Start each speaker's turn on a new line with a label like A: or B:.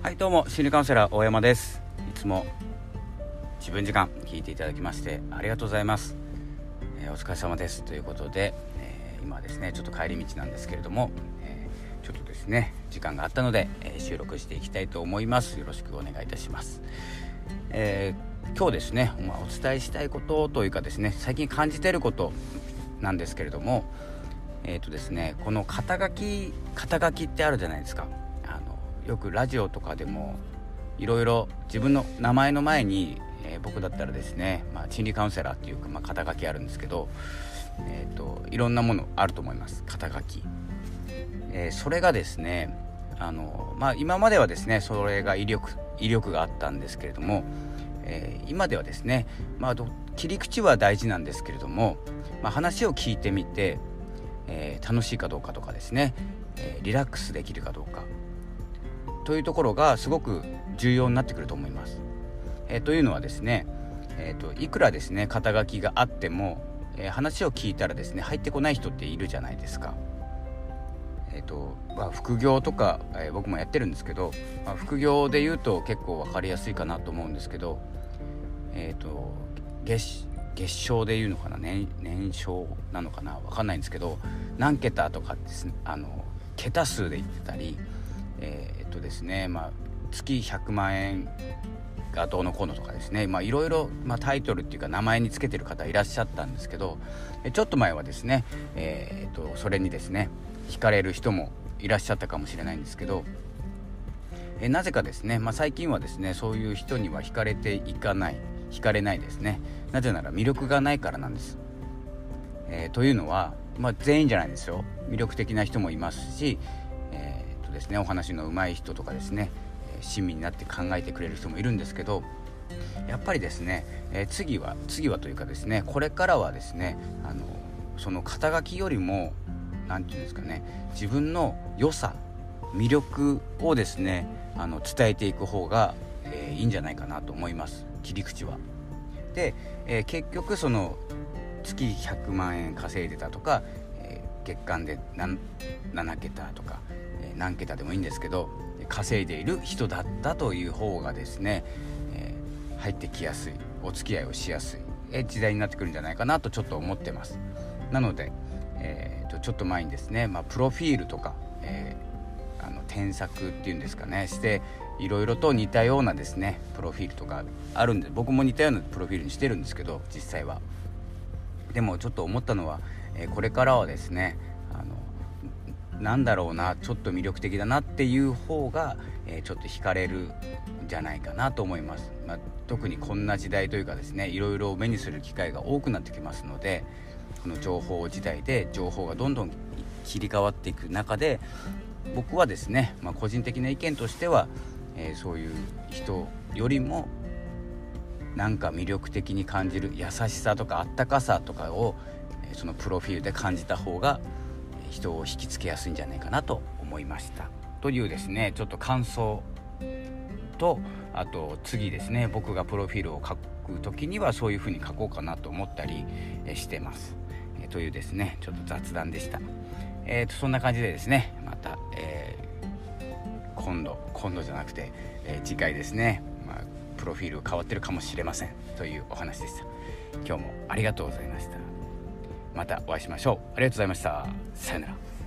A: はいどうも心理カウンセラー大山です。いつも自分時間聞いていただきましてありがとうございます。お疲れ様ですということで、今ですねちょっと帰り道なんですけれども、ちょっとですね時間があったので、収録していきたいと思います。よろしくお願いいたします。今日ですね、お伝えしたいことというかですね最近感じていることなんですけれども、ですねこの肩書きってあるじゃないですか。よくラジオとかでもいろいろ自分の名前の前に、僕だったらですね、心理カウンセラーっていうか、肩書きあるんですけど、いろんなものあると思います。肩書き、それがですね今まではですねそれが威力があったんですけれども、今ではですね、切り口は大事なんですけれども、話を聞いてみて、楽しいかどうかとかですね、リラックスできるかどうかというところがすごく重要になってくると思います。というのはですね、いくらですね肩書きがあっても、話を聞いたらですね入ってこない人っているじゃないですか。副業とか、僕もやってるんですけど、副業で言うと結構分かりやすいかなと思うんですけど、月賞で言うのかな、年商なのかな分かんないんですけど、何桁とかですね桁数で言ってたり、ですね月100万円がどうのこうのとかですね、いろいろ、タイトルっていうか名前につけてる方いらっしゃったんですけど、ちょっと前はですね、それにですね惹かれる人もいらっしゃったかもしれないんですけど、なぜかですね、最近はですねそういう人には惹かれないですね。なぜなら魅力がないからなんです。というのは、全員じゃないですよ。魅力的な人もいますし、ですね、お話の上手い人とかですね、親身になって考えてくれる人もいるんですけど、やっぱりですね、次はというかですね、これからはですねその肩書きよりもなんていうんですかね、自分の良さ魅力をですね伝えていく方が、いいんじゃないかなと思います。切り口は。で、結局その月100万円稼いでたとか、月間で7桁とか、何桁でもいいんですけど稼いでいる人だったという方がですね、入ってきやすい、お付き合いをしやすい、時代になってくるんじゃないかなとちょっと思ってます。なので、ちょっと前にですね、プロフィールとか、添削っていうんですかねしていろいろと似たようなですねプロフィールとかあるんで、僕も似たようなプロフィールにしてるんですけど、実際はでもちょっと思ったのは、これからはですねなんだろうな、ちょっと魅力的だなっていう方が、ちょっと惹かれるんじゃないかなと思います。特にこんな時代というかですね、いろいろ目にする機会が多くなってきますので、この情報時代で情報がどんどん切り替わっていく中で、僕はですね、個人的な意見としては、そういう人よりもなんか魅力的に感じる優しさとかあったかさとかを、そのプロフィールで感じた方が人を引きつけやすいんじゃないかなと思いましたというですね、ちょっと感想と、あと次ですね僕がプロフィールを書くときにはそういう風に書こうかなと思ったりしてます、というですねちょっと雑談でした。そんな感じでですねまた、今度じゃなくて、次回ですね、プロフィール変わってるかもしれませんというお話でした。今日もありがとうございました。またお会いしましょう。ありがとうございました。さよなら。